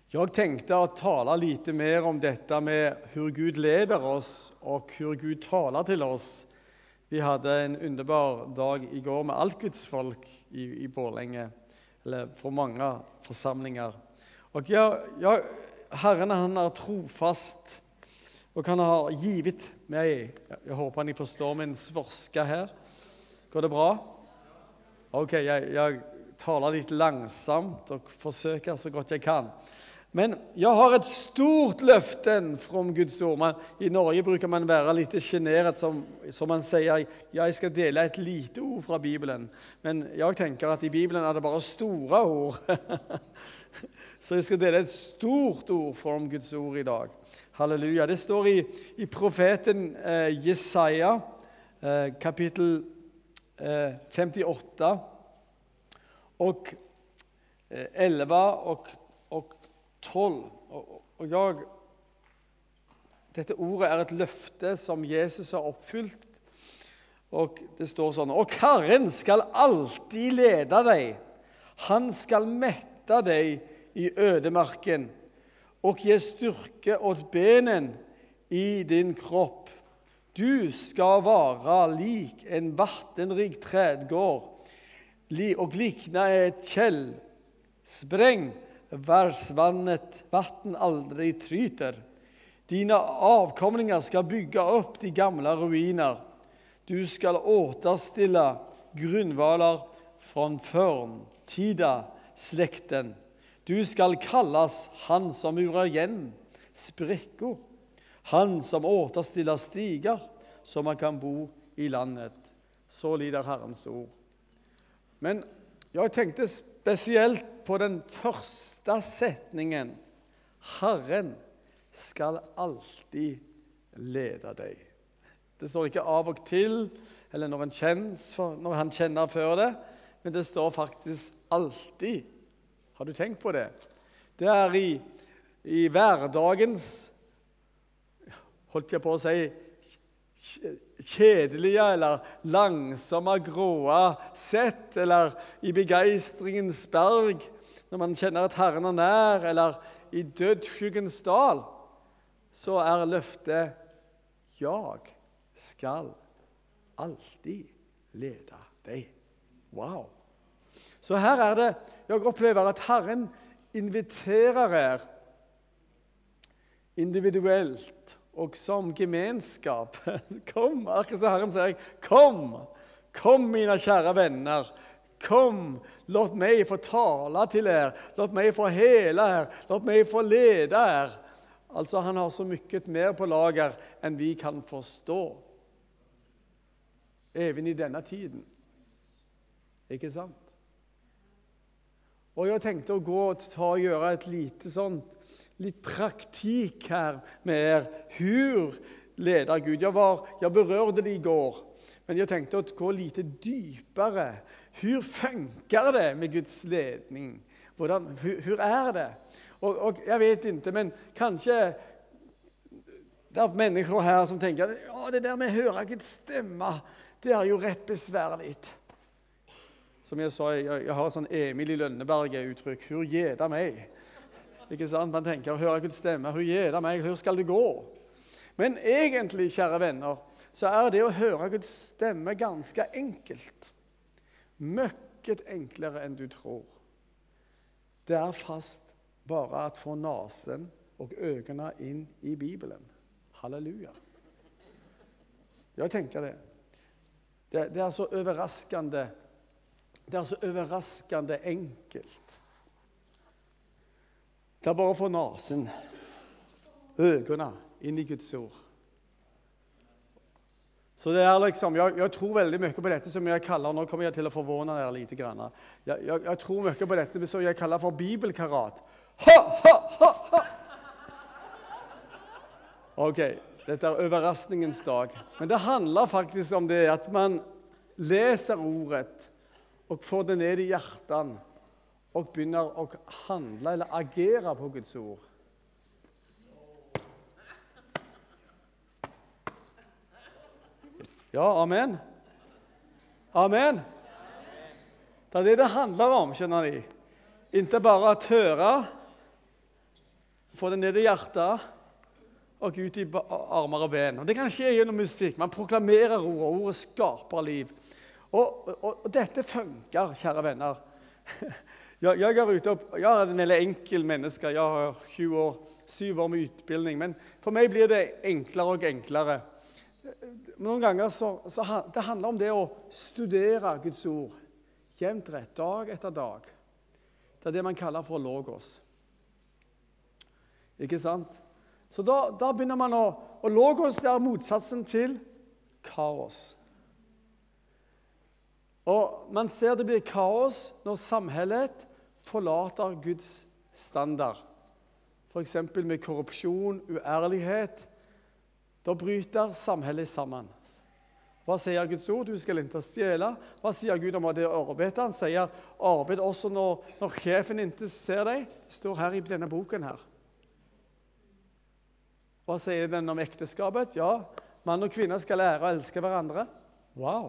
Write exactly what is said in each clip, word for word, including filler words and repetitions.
Jag tänkte att tala lite mer om detta med hur Gud leder oss och hur Gud talar till oss. Vi hade en underbar dag igår med allt Guds folk i, i Borlänge, eller från många församlingar. Och jag, jag, Herren han är trofast och han har givit mig, jag hoppas ni förstår min svorska här. Går det bra? Okej, okay, jag, jag talar lite långsamt och försöker så gott jag kan. Men jag har ett stort löften från Guds ord. Man, I Norge brukar man vara lite generad som, som man säger, jag ska dela ett litet ord från Bibeln. Men jag tänker att i Bibeln är det bara stora ord. Så jag ska dela ett stort ord från Guds ord idag. Halleluja. Det står i, i profeten eh, Jesaja eh, kapitel eh, femtioåtta och eh, elva och, och tolv. Och, och jag, detta ordet är ett löfte som Jesus har uppfyllt. Och det står sån: och Herren skall alltid leda dig. Han skall mätta dig i ödemarken och ge styrka åt benen i din kropp. Du ska vara lik en vattenrik trädgård och likna ett källspräng vars vattnet vatten aldrig tryter. Dina avkomlingar ska bygga upp de gamla ruiner. Du ska återställa grundvalar från förntida släkten. Du ska kallas han som murar igen sprickor, han som återställer stigar så man kan bo i landet. Så lyder Herrens ord. Men jag tänkte speciellt på den första sättningen. Herren ska alltid leda dig. Det står inte av och till eller någon känns för, när han känner för det. Men det står faktiskt alltid. Har du tänkt på det? Det är i, i vardagens, håller jag på att säga, kedliga eller långsamma gråa sätt, eller i begeistringens berg när man känner att Herren är när, eller i dödssjugens dal, så är löfte: jag skall alltid leda dig. Wow! Så här är det, jag upplever att Herren inviterar er individuellt och som gemenskap. Kom, alltså Herren säger, kom, kom mina kära vänner, kom, låt mig få tala till er, låt mig få hela er, låt mig få leda er. Alltså han har så mycket mer på lager än vi kan förstå. Även i denna tiden. Inte sant? Och jag tänkte att gå och ta och göra ett lite sånt, lite praktik här med er. Hur leder Gud? Jag, var, jag berörde det igår. Men jag tänkte att gå lite djupare. Hur funkar det med Guds ledning? Hvordan, hur, hur är det? Och, och jag vet inte, men kanske det är människor här som tänker, ja, det där med att höra Guds stämma, det är ju rätt besvärligt. Som jag sa, jag, jag har sån Emil i Lönneberga uttryck, hur ger det mig? Inte sant? Man tänker, att höra Guds stämma, hur ger det mig? Hur ska det gå? Men egentligen, kära vänner, så är det att höra Guds stämma ganska enkelt. Mycket enklare än du tror. Det är fast bara att få nasen och ögonen in i Bibeln. Halleluja. Jag tänker det. Det, det är så överraskande. Det är så överraskande enkelt. Det är bara att få nasen, ögonen in i Guds ord. Så det är liksom, jag, jag tror väldigt mycket på detta som jag kallar, nu kommer jag till att förvåna er lite grann. Jag, jag, jag tror mycket på detta som jag kallar för bibelkarat. Ha, ha, ha, ha! Okej, okay, detta är överraskningens dag. Men det handlar faktiskt om det att man läser ordet och får det ner i hjärtan och börjar att handla eller agera på Guds ord. Ja, amen. Amen. Det är det det handlar om, känner ni. Inte bara att höra, få det ned i hjertet og ut i armer og ben. Og det kan skje gjennom musikk. Man proklamerer ord, og ordet skaper liv. Og, og, og dette funker, kjære venner. Jeg, jeg er ute og, jeg er en eller enkel menneske. Jeg har tjue år, syv år med utbildning, men for meg blir det enklere og enklere. Noen ganger så, så det handler om det å studere Guds ord. Jevnt rett, dag etter dag. Det er det man kaller for logos. Ikke sant? Så da, da begynner man å, og logos er motsatsen til kaos. Og man ser det blir kaos når samhället forlater Guds standard. For eksempel med korrupsjon, uærlighet. Da bryter samhället sammen. Hva sier Guds ord? Du skal ikke stjele. Hva sier Gud om det arbeidet? Han sier arbeid også når, når sjefen ikke ser deg. Det står her i denne boken her. Hva sier den om ekteskapet? Ja, mann og kvinne skal lære å elske hverandre. Wow!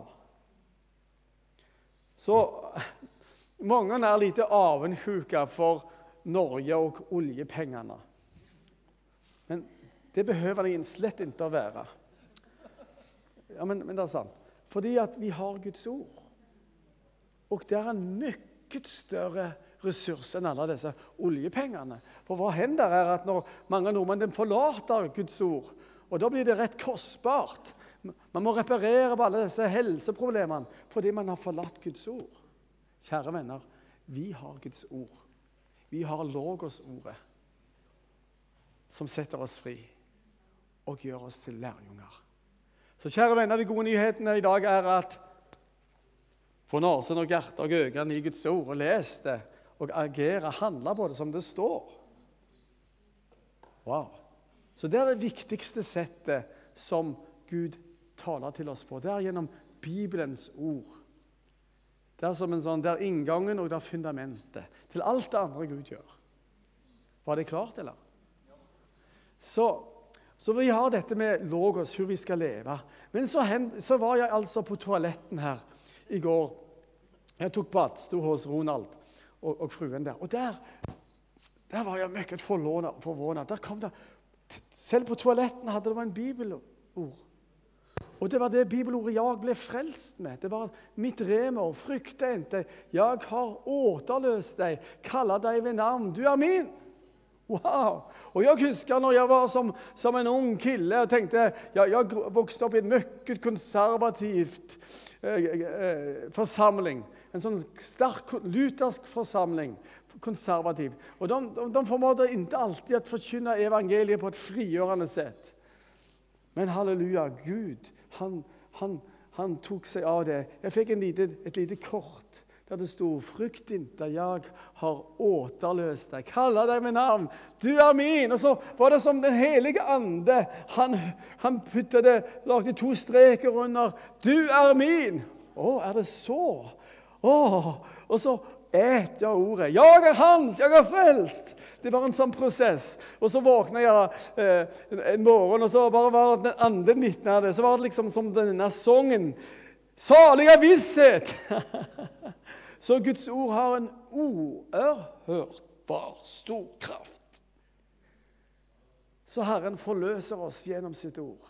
Så mange er lite avundsjuka for Norge og oljepengene. Men det behøver det slett ikke å være. Ja, men, men det er sant. Fordi at vi har Guds ord. Og det er en mye større ressurs enn alle disse oljepengene. For hva hender er at når mange nordmenn forlater Guds ord, og da blir det rett kostbart. Man må reparere på alle disse helseproblemene fordi man har forlatt Guds ord. Kjære venner, vi har Guds ord. Vi har logos-ordet som setter oss fri og gjør oss til lærjunger. Så kjære venner, de gode nyhetene i dag er at få nasen og hjertet og øynene i Guds ord og les det og agere, handle på det som det står. Wow! Så det er det viktigste settet som Gud taler til oss på. Det er gjennom Bibelens ord. Det er som en sånn, det er inngangen og det er fundamentet til alt det andre Gud gjør. Var det klart, eller? Så, så vi har dette med logos, hvor vi skal leve. Men så, så var jeg altså på toaletten her i går. Jeg tok badstue hos Ronald og, og fruen der. Og der, der var jeg mye forvånet. Der kom det, selv på toaletten hadde det en bibelord. Og det var det bibelordet jeg ble frelst med. Det var mitt remer, frykte ikke. Jeg har återløst deg, kaller deg ved navn. Du er min. Wow! Og jeg husker når jeg var som, som en ung kille og tenkte, jeg, jeg vokste opp i en mye konservativt eh, eh, forsamling. En sånn sterk luthersk forsamling, konservativ. Og de, de, de formådde ikke alltid å forkynne evangeliet på et frigjørende sett. Men halleluja, Gud, han, han, han tok seg av det. Jeg fikk en lite, et lite kort der det stod, frykt ikke, jeg har återløst deg. Kaller deg med navn, du er min. Og så var det som den helige ande. Han, han puttet det, lagde to streker under, du er min. Å, er det så? Å, og så et jeg ordet. Jeg er hans, jeg er frelst. Det var en sånn prosess. Og så våkna jeg eh, en morgen, og så bare var den anden midten av det. Så var det liksom som denne sången. Salig er visshet. Så Guds ord har en uerhørbar stor kraft. Så Herren forløser oss gjennom sitt ord.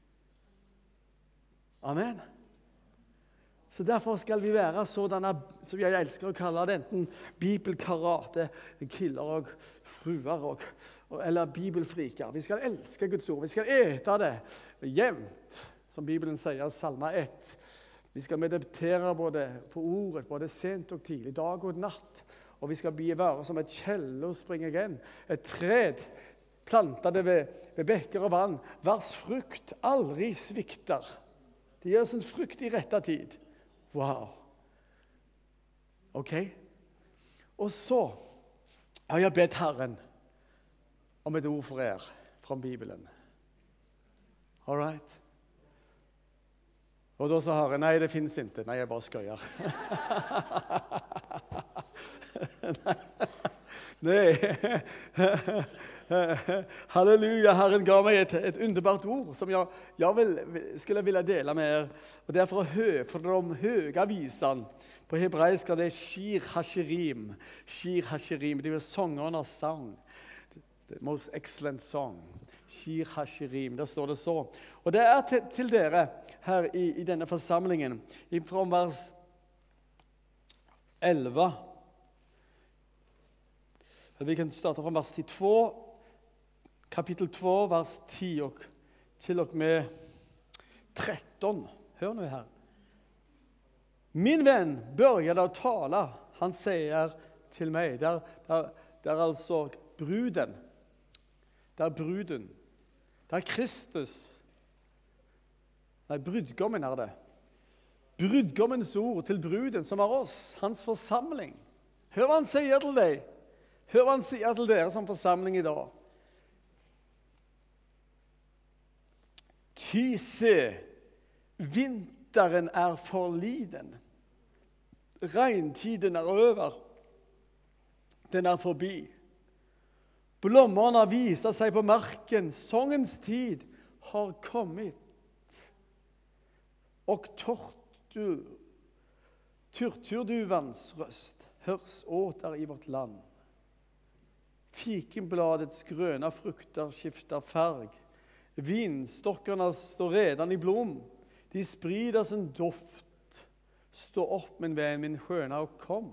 Amen. Så derfor skal vi være sådanne, som jeg elsker å kalle det, enten bibelkarate, killer og fruer, og, eller bibelfriker. Vi skal elske Guds ord, vi skal ete det jevnt, som Bibelen sier, Salma ett. Vi skal meditere både på ordet, både sent og tidlig, dag og natt. Og vi skal være som et kjelle og springe igjen. Et tred plantet det ved, ved bekker og vann. Vars frukt aldri svikter. Det gir oss en frukt i rette tid. Wow. Ok? Og så har jeg bedt Herren om et ord for dere fra Bibelen. All right? Og da sa Herren, nei, det finnes ikke. Nei, jeg bare skøyer. Nei. Halleluja, Herren ga meg et, et underbart ord som jeg, jeg vil, skulle ville dele med dere. Og det er for, hø, for de høye visene. På hebraisk er det shir hashirim. Shir hashirim, det er sangernes sang. The most excellent song. Shir Hashirim. Der står det så. Og det er til, til dere her i, i denne forsamlingen. Fra vers elleve. Vi kan starte fra vers to, kapittel to, vers ti og til og med tretton. Hør nå her. Min venn började å tale. Han sier til meg. Det er, det er, det er altså bruden. Det er bruden. Det er Kristus. Nei, brudgommen er det. Brudgommens ord til bruden, som er oss, hans forsamling. Hør hva han sier til deg. Hør hva han sier til dere som forsamling i dag. Ty se, vinteren er forliden. Regntiden er over. Den er forbi. Blommerne viser seg på marken. Sångens tid har kommet. Og turturduvans røst hørs åter i vårt land. Fikenbladets grøna frukter skifter farg. Vinstockarna står redan i blom. De sprider sin doft. Stå upp, min vän, min sköna, och kom.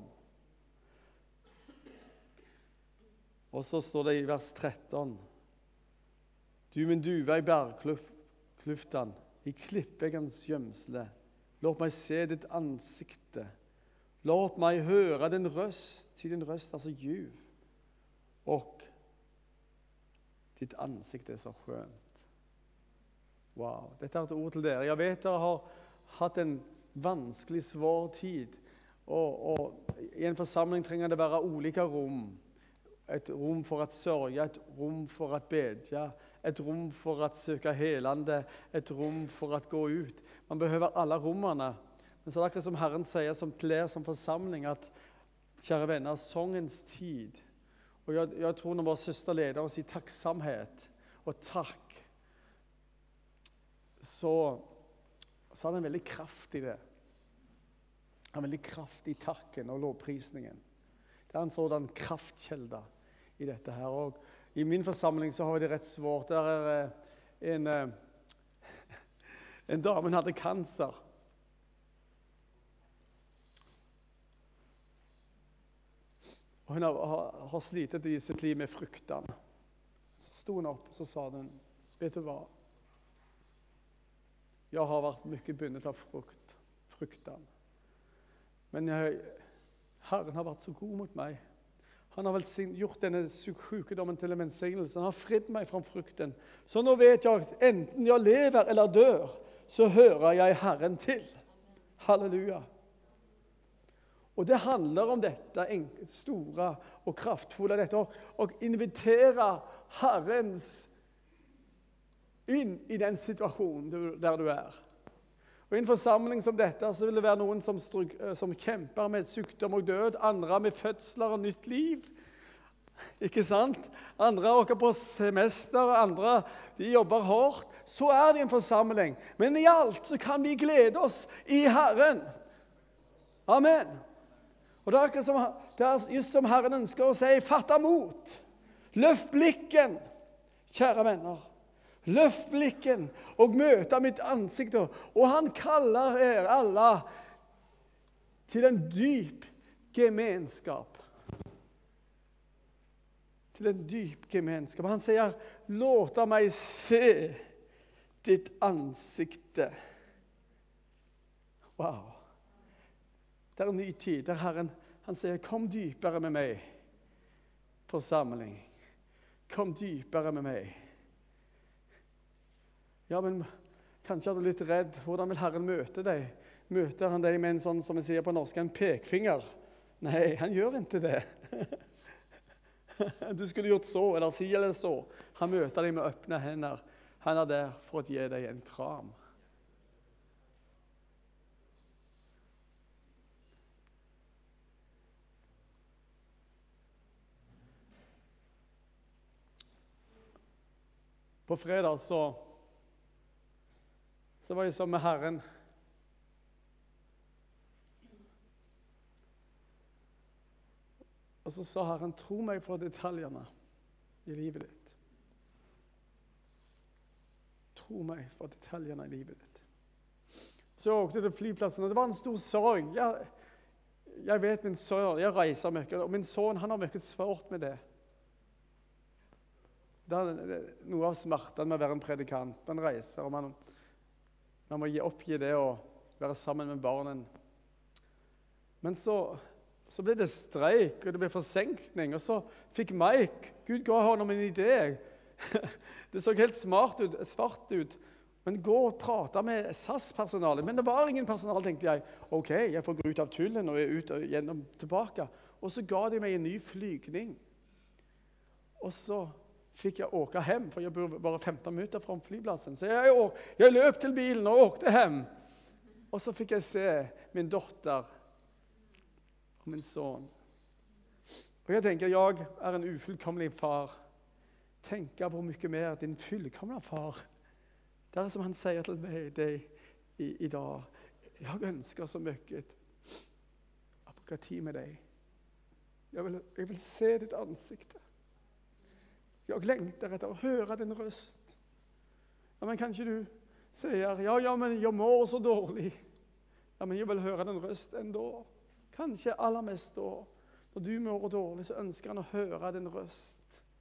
Och så står det i vers tretton. Du min duva i bergkluftan, i klippeggens gömsle. Låt mig se ditt ansikte. Låt mig höra din röst, ty din röst är så ljuv. Och ditt ansikte är så skönt. Wow, dette er et ord til dere. Jeg vet dere har hatt en vanskelig, svår tid. Og, og i en forsamling trenger det være ulike rom. Et rom for å sørge, et rom for å bedje, et rom for å søke helande, et rom for å gå ut. Man behøver alle rommene. Men så er det akkurat som Herren sier som til dere som forsamling, at kjære venner, sångens tid. Og jeg, jeg tror når vår søster leder oss i takksamhet og takk, så, så er det en veldig kraft i det. Det er en veldig kraft i takken og lovprisningen. Det er en sådan kraftkjelde i dette her. Og i min forsamling så har vi det rett svårt. Der er en, en dame, hun hadde kanser. Og hun har, har, har slitet i sitt liv med fruktene. Så stod hun opp og så sa hun, vet du hva? Jeg har vært mye bundet av frukt, frukten. Men jeg, Herren har vært så god mot meg. Han har velsign, gjort denne sykedommen til en velsignelse. Han har fridd meg fra frukten. Så nå vet jeg, enten jeg lever eller dør, så hører jeg Herren til. Halleluja. Og det handler om dette store og kraftfulle, dette å invitere Herrens inn i den situasjonen der du er. Og i en forsamling som dette så vil det være noen som, struk, som kjemper med sykdom og død, andre med fødsler og nytt liv. Ikke sant? Andre åker på semester, andre de jobber hårdt. Så er det en forsamling. Men i alt så kan vi glede oss i Herren. Amen. Og det er, ikke som, det er just som Herren ønsker å si, fatta mot. Løft blikken, kjære venner. Løft blikken og møte mitt ansikt. Og han kaller er alle til en dyp gemenskap. Til en dyp gemenskap. Han sier, låt meg se ditt ansikte. Wow. Det er en ny tid. Der Herren, han sier, kom dypere med meg. Forsamling. Kom dypere med meg. Ja, men kanskje er du litt redd. Hvordan vil Herren møte deg? Møter han deg med en sånn, som vi sier på norsk, en pekfinger? Nei, han gjør ikke det. Du skulle gjort så, eller si eller så. Han møter deg med åpne hender. Han er der for å gi deg en kram. På fredag så Så var jeg sammen med Herren. Og så sa Herren, tro meg for detaljene. i livet ditt. Tro meg for detaljene i livet ditt. Så jeg åkte til flyplassen, og det var en stor sorg. Jeg, jeg vet min sønn, jeg reiser mye, og min sønn han har mye svårt med det. Det er noe av smerten med å være en predikant. Man reiser, og man, man må gi oppgi det og være sammen med barnen. Men så, så ble det streik, og det ble forsenkning, og så fikk Mike, Gud ga honom en idé. Det så helt smart ut, svart ut, men gå og prate med S A S-personalet. Men det var ingen personal, tenkte jeg. Ok, jeg får gå ut av tullen og er ut og gjennom tilbake. Og så ga de meg en ny flygning. Og så fikk jeg åke hjem, for jeg bor bare femten minutter fra flyplassen. Så jeg, jeg løp til bilen og åkte hjem. Og så fikk jeg se min dotter og min sønn. Og jeg tenker, jeg er en ufullkomlig far. Tenk hvor mye mer din fullkomne far. Det er som han sier til meg deg i, i dag. Jeg ønsker så mye å bruke tid med deg. Jeg vil, jeg vil se ditt ansikt. Jeg lengter etter å høre din røst. Ja, men kanskje du sier, ja, ja, men jeg mår så dårlig. Ja, men jeg vil høre din røst enda. Kanskje aller mest da. Når du mår dårlig, så ønsker han å høre din røst.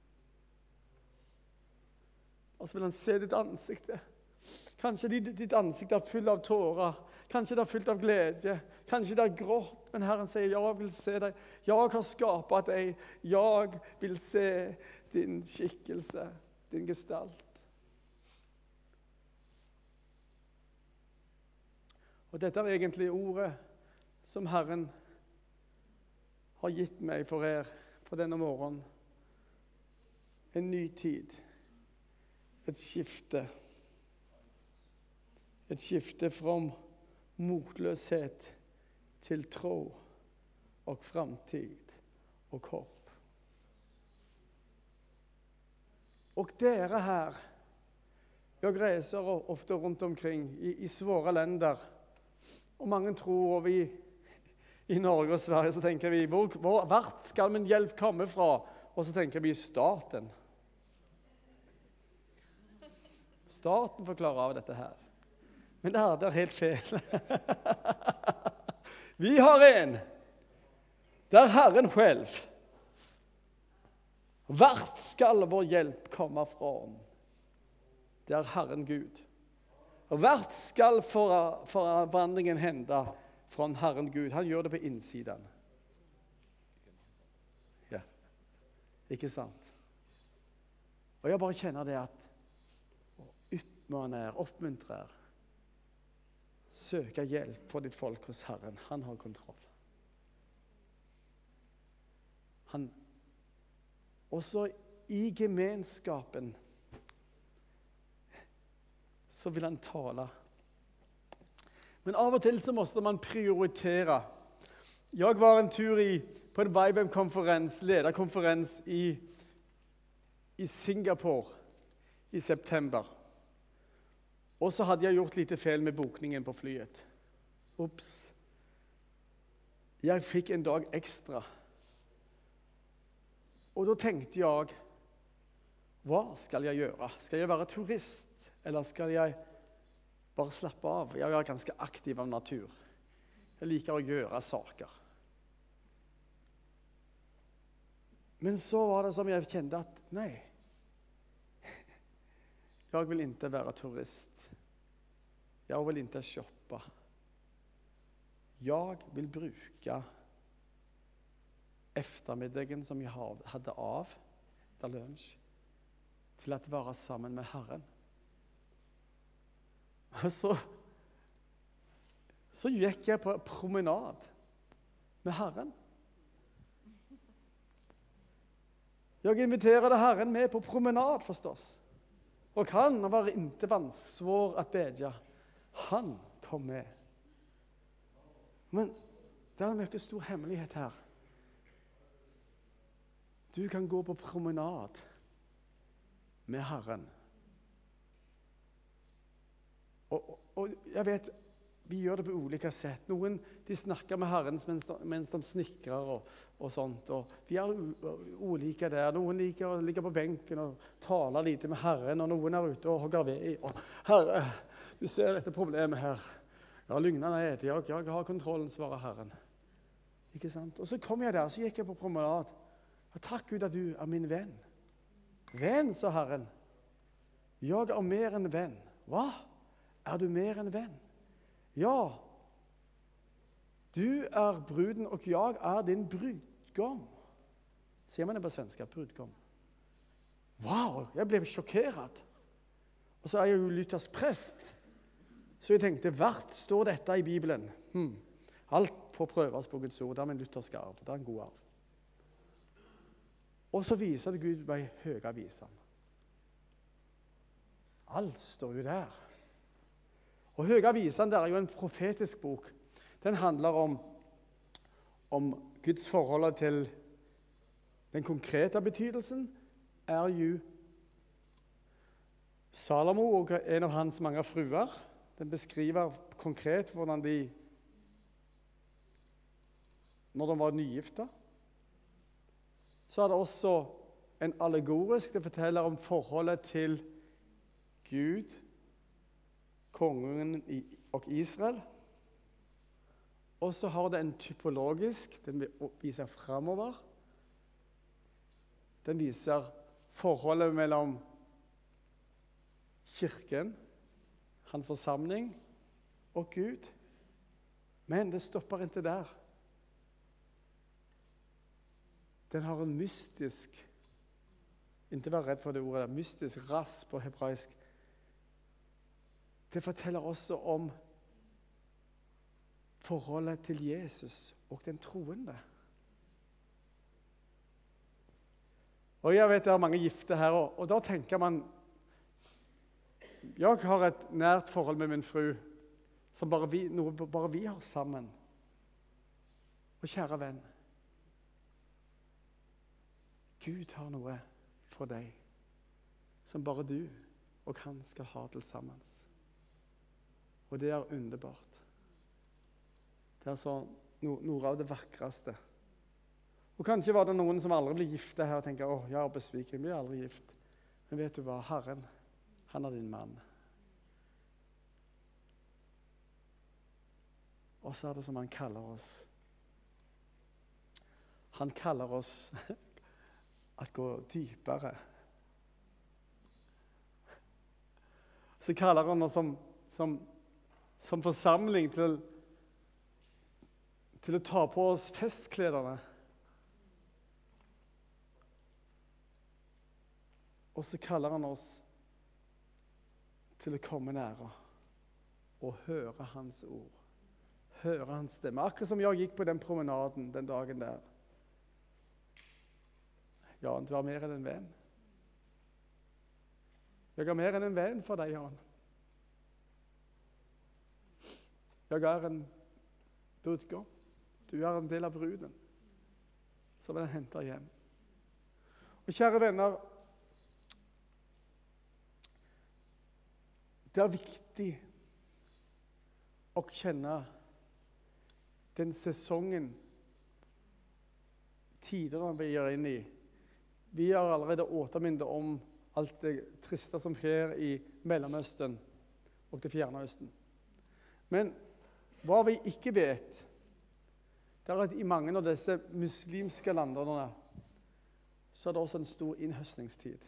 Og så vil han se ditt ansikt. Kanskje ditt ansikt er full av tårer. Kanskje det er fullt av glede. Kanskje det er grått. Men Herren sier, jeg vil se deg. Jeg har skapat deg. Jeg vil se din skikkelse, din gestalt. Og dette er egentlig ordet som Herren har gitt meg for er for denne morgenen. En ny tid. Et skifte. Et skifte fra motløshet til tro og framtid og håp. Og dere her, jeg reiser ofte rundt omkring i, i svåre länder, og mange tror, og vi i Norge og Sverige, så tenker vi, hvor, hvor, hvert skal min hjelp komme fra? Og så tenker vi staten. Staten forklarer av dette her. Men det er, det er helt feil. Vi har en. Det er Herren selv. Hvert skal vår hjelp komme fra. Det er Herren Gud. Hvert skal for, forvandlingen hende fra Herren Gud. Han gjør det på innsiden. Ja, ikke sant? Og jeg bare kjenner det at oppmaner, oppmuntrer, søker hjelp for ditt folk hos Herren. Han har kontroll. Han, også i gemenskapen, så vil han tale. Men av og til så måste man prioritera. Jag var en tur i, på en Y B A M-konferens, ledarkonferens i, i Singapore i september. Och så hade jag gjort lite fel med bokningen på flyet. Ups. Jag fick en dag extra. Och då tänkte jag, vad ska jag göra? Ska jag vara turist? Eller ska jag bara slappa av? Jag är ganska aktiv av natur. Jag liker att göra saker. Men så var det som jag kände att nej. Jag vill inte vara turist. Jag vill inte shoppa. Jag vill bruka eftermiddagen som jag hade av där lunch till att vara samman med Herren. Så, så gick jag på promenad med Herren. Jag inviterade Herren med på promenad förstås. Och han var inte vanskligt svår att bedja. Han kom med. Men det är en mycket stor hemlighet här. Du kan gå på promenad med Herren. Och, och, och jag vet, Vi gjør det på ulike sett. Noen de snakker med Herren mens de, mens de snikrer og, og sånt. Og vi er ulike der. Noen liker å ligge på benken og tale lite med Herren, og noen er ute og hogger ved. Og Herre, du ser dette problemet her. Ja, lygnene er et. Jeg, jeg har kontrollen, svarer Herren. Ikke sant? Og så kom jeg der, så gikk jeg på promenad. Og takk Gud at du er min venn. Venn, sa Herren. Jeg er mer enn venn. Hva? Er du mer enn venn? Ja. Du er bruden, og jeg er din brudgom. Sier man det på svenska? Brudgom. Wow, jeg ble sjokkeret. Og så er jeg jo Luthers prest. Så jeg tenkte, hvert står dette i Bibelen? Hmm. Alt får prøves på Guds ord. Det er min lutherske arv. Det er en god arv. Og så viser det Gud meg høye viser. Alt står jo der. Og høye viser der er jo en profetisk bok. Den handler om, om Guds forhold til den konkrete betydelsen. Er jo Salomo og en av hans mange fruer. Den beskriver konkret hvordan de, når de var nygifte. Så er det også en allegorisk, det forteller om forholdet til Gud, kongen og Israel. Og så har det en typologisk, den viser fremover. Den viser forholdet mellom kirken, hans forsamling og Gud. Men det stopper ikke der. Den har en mystisk, ikke vær redd for det ordet, mystisk ras på hebraisk. Det forteller også om forholdet til Jesus og den troende. Og jeg vet det er mange gifte her, og da tenker man, jeg har et nært forhold med min fru, som bare vi, noe bare vi har sammen. Og kjære venn, Gud har noe for deg, som bare du og han skal ha til sammen. Og det er underbart. Det er så no, noe av det vakreste. Og kanskje var det noen som aldri ble gifte her og tenker, åh, jeg er besviken, jeg blir aldri gift. Men vet du hva, Herren, han er din mann. Og så er det som han kaller oss. Han kaller oss at gå dypere. Så kaller han oss som, som, som forsamling til, til å ta på oss festklederne. Og så kaller han oss til å komme nære og høre hans ord. Høre hans stemme. Akkurat som jeg gikk på den promenaden den dagen der. Jan, du er mer enn en venn. Jeg er mer enn en venn for deg, Jan. Jeg er en brudgom. Du er en del av bruden som jeg henter hjem. Og kjære venner, det er viktig å kjenne den sesongen, tidene vi er inne i. Vi har allerede återminnet om alt det triste som skjer i Mellomøsten og det Fjerne Østen. Men hva vi ikke vet, det er at i mange av disse muslimske landene så er det også en stor innhøstningstid.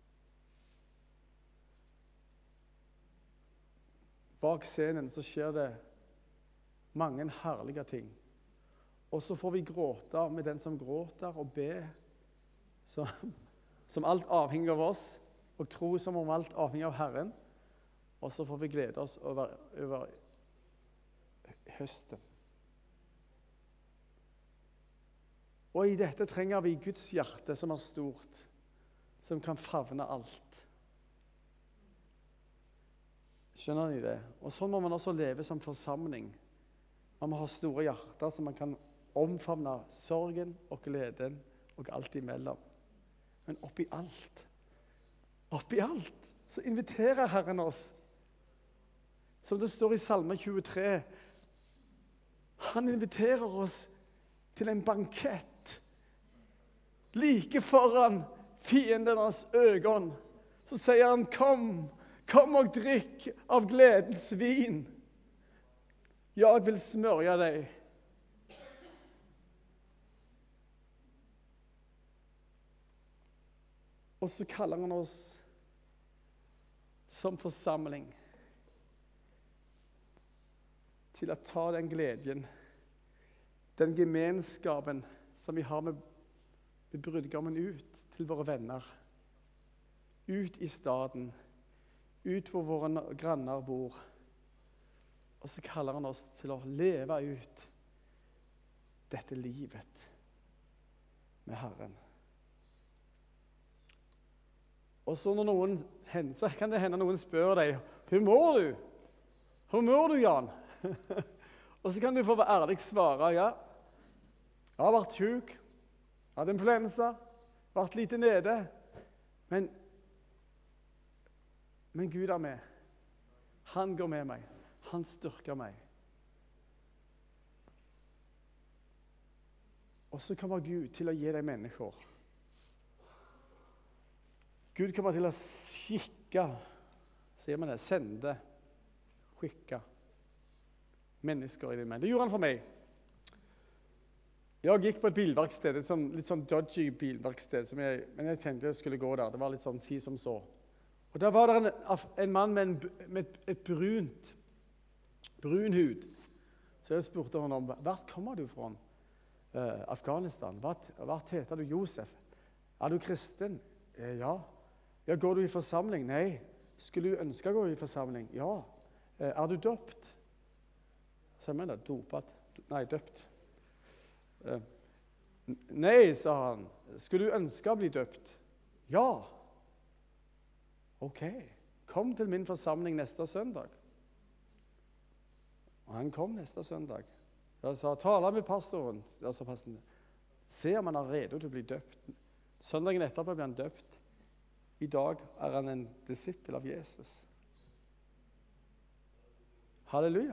Bak scenen så skjer det mange herlige ting. Og så får vi gråte med den som gråter, og be som, som alt avhenger av oss, og tro som om alt avhenger av Herren. Og så får vi glede oss over, over høsten. Og i dette trenger vi Guds hjerte som er stort, som kan favne alt. Skjønner ni det? Og sånn må man også leve som forsamling. Man må ha store hjerter så man kan omfavne sorgen og gleden og alt imellom. Men oppi alt, oppi alt, så inviterer Herren oss. Som det står i Salme tjuetre. Han inviterer oss til en bankett. Like foran fiendernas ögon. Så säger han, kom, kom och drick av glädjens vin. Jag vill smörja dig. Och så kallar han oss som församling till att ta den glädjen, den gemenskapen som vi har med, med brudgommen ut till våra vänner. Ut i staden, ut hvor våra grannar bor. Och så kallar han oss till att leva ut detta livet med Herren. Och så när någon händer, så kan det hända någon spör dig, hur mår du? Hur mår du, Jan? Och så kan du få vara ärlig och svara, ja, jag har varit sjuk, jag hade influensa, varit lite nere, men, men Gud är med. Han går med mig, han styrker mig. Och så kommer Gud till att ge dig människor. Gud kommer till att skicka, säger man det, sända, skicka människor i din män. Det gjorde han för mig. Jag gick på ett bilverksted, ett sån, lite sån dodgy bilverksted, som jag, men jag tänkte jag skulle gå där. Det var lite sån si som så. Och där var det en, en man med, en, med ett, ett brunt, brun hud. Så jag spurte honom, vart kommer du från? Uh, Afghanistan. Vart, vart heter du? Josef? Är du kristen? Uh, ja. Ja, går du i församling? Nej. Skulle du önska gå i församling? Ja. Uh, är du döpt? Så jag det, dopat? Nej, döpt. Uh, nej, sa han. Skulle du önska bli döpt? Ja. Okej. Okay. Kom till min församling nästa söndag. Och han kom nästa söndag. Jag sa, tala med pastorn. Jag sa, pastorn, se om han är redo att bli döpt. Söndagen efterpå blev han döpt. Idag är han en disciple av Jesus. Halleluja.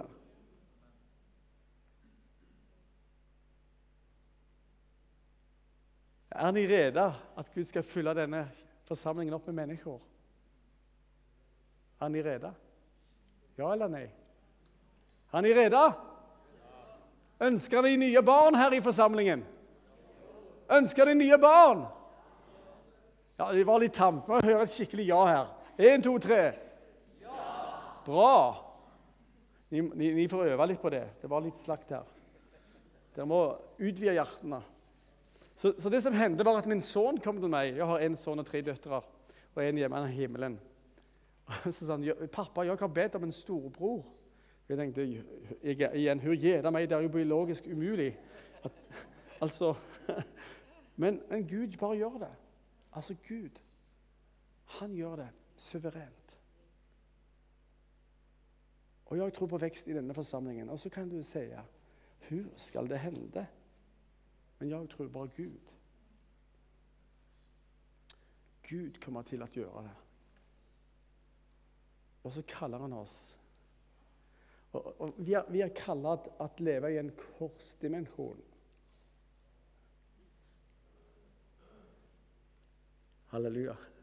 Är ni redo att Gud ska fylla denna församlingen upp med människor? Är ni redo? Ja eller nej? Är ni redo? Önskar ni nya barn här i församlingen? Önskar ni nya barn? Ja, det var lite tamt. Man hör ett skickligt ja här. En, två, tre. Ja! Bra! Ni, ni, ni får öva lite på det. Det var lite slakt här. Det må utvida hjärtena. Så, så det som hände var att min son kom till mig. Jag har en son och tre döttrar. Och en hemma i himlen. Så sa han, pappa, jag har bett om en storbror. Jag tänkte igen, hur ger det mig? Det är ju biologiskt umuligt. Att, alltså, men, men Gud bara gör det. Alltså Gud, han gör det suveränt. Och jag tror på växt i denna församlingen. Och så kan du säga, hur ska det hända? Men jag tror bara Gud. Gud kommer till att göra det. Och så kallar han oss. Och, och vi, är, vi är kallat att leva i en korsdimension. Halleluja.